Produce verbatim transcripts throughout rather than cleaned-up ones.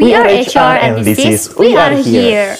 We are H R and this is We Are Here.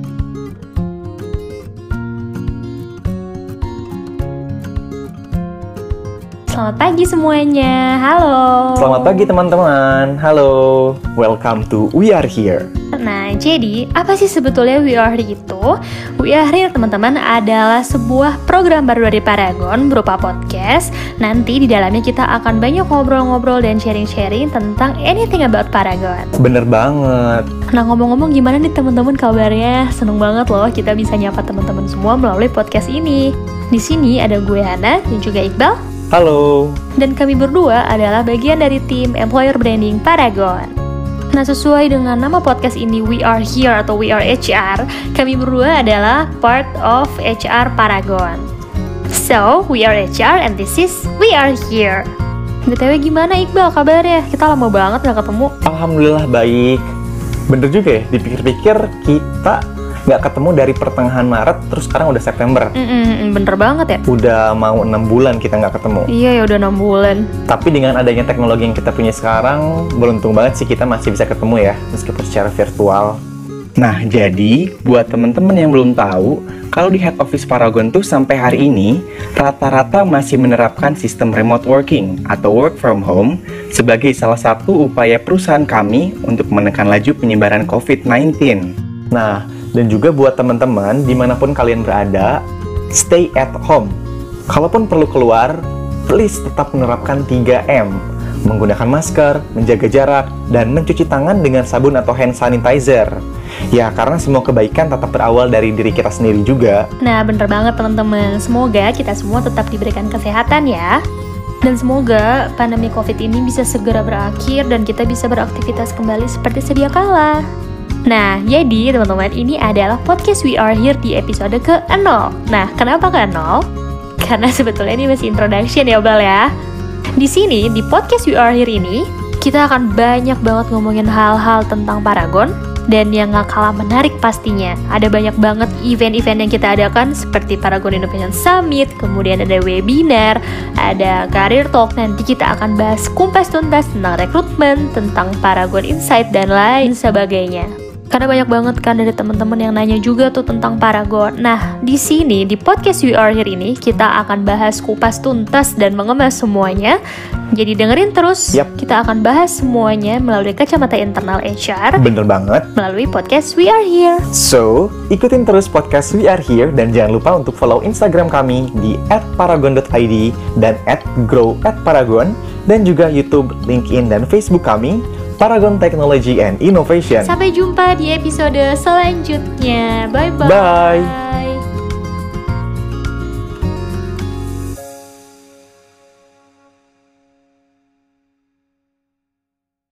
Selamat pagi semuanya, halo. Selamat pagi teman-teman, halo. Welcome to We Are Here. Nah, jadi apa sih sebetulnya We Are Here itu? We Are Here, teman-teman, adalah sebuah program baru dari Paragon berupa podcast. Nanti di dalamnya kita akan banyak ngobrol-ngobrol dan sharing-sharing tentang anything about Paragon. Bener banget. Nah, ngomong-ngomong gimana nih teman-teman kabarnya? Seneng banget loh kita bisa nyapa teman-teman semua melalui podcast ini. Di sini ada gue Hana dan juga Iqbal. Halo. Dan kami berdua adalah bagian dari tim Employer Branding Paragon. Nah, sesuai dengan nama podcast ini We Are Here atau We Are H R, kami berdua adalah part of H R Paragon. So, we are H R and this is We Are Here. B T W gimana Iqbal kabarnya? Kita lama banget gak ketemu. Alhamdulillah baik. Bener juga ya, dipikir-pikir kita nggak ketemu dari pertengahan Maret, terus sekarang udah September. Mm-mm, bener banget ya? Udah mau enam bulan kita nggak ketemu. Iya ya, udah enam bulan. Tapi dengan adanya teknologi yang kita punya sekarang, beruntung banget sih kita masih bisa ketemu ya, meskipun secara virtual. Nah, jadi buat teman-teman yang belum tahu, kalau di head office Paragon tuh sampai hari ini, rata-rata masih menerapkan sistem remote working atau work from home sebagai salah satu upaya perusahaan kami untuk menekan laju penyebaran covid sembilan belas. Nah, dan juga buat teman-teman dimanapun kalian berada, stay at home. Kalaupun perlu keluar, please tetap menerapkan tiga M. Menggunakan masker, menjaga jarak, dan mencuci tangan dengan sabun atau hand sanitizer. Ya, karena semua kebaikan tetap berawal dari diri kita sendiri juga. Nah, bener banget teman-teman. Semoga kita semua tetap diberikan kesehatan ya. Dan semoga pandemi COVID ini bisa segera berakhir dan kita bisa beraktivitas kembali seperti sedia kala. Nah, jadi teman-teman, ini adalah podcast We Are Here di episode ke nol. Nah, kenapa ke nol? Karena sebetulnya ini masih introduction ya, Bal ya. Di sini, di podcast We Are Here ini, kita akan banyak banget ngomongin hal-hal tentang Paragon. Dan yang gak kalah menarik pastinya, ada banyak banget event-event yang kita adakan seperti Paragon Innovation Summit, kemudian ada webinar, ada career talk. Nanti kita akan bahas kumpas tuntas tentang rekrutmen, tentang Paragon Insight, dan lain sebagainya. Karena banyak banget kan dari teman-teman yang nanya juga tuh tentang Paragon. Nah, di sini di podcast We Are Here ini kita akan bahas kupas tuntas dan mengemas semuanya. Jadi dengerin terus. Yap. Kita akan bahas semuanya melalui kacamata internal H R. Bener banget. Melalui podcast We Are Here. So, ikutin terus podcast We Are Here dan jangan lupa untuk follow Instagram kami di at paragon dot i d dan at grow at paragon dan juga YouTube, LinkedIn, dan Facebook kami Paragon Technology and Innovation. Sampai jumpa di episode selanjutnya. Bye-bye. Bye.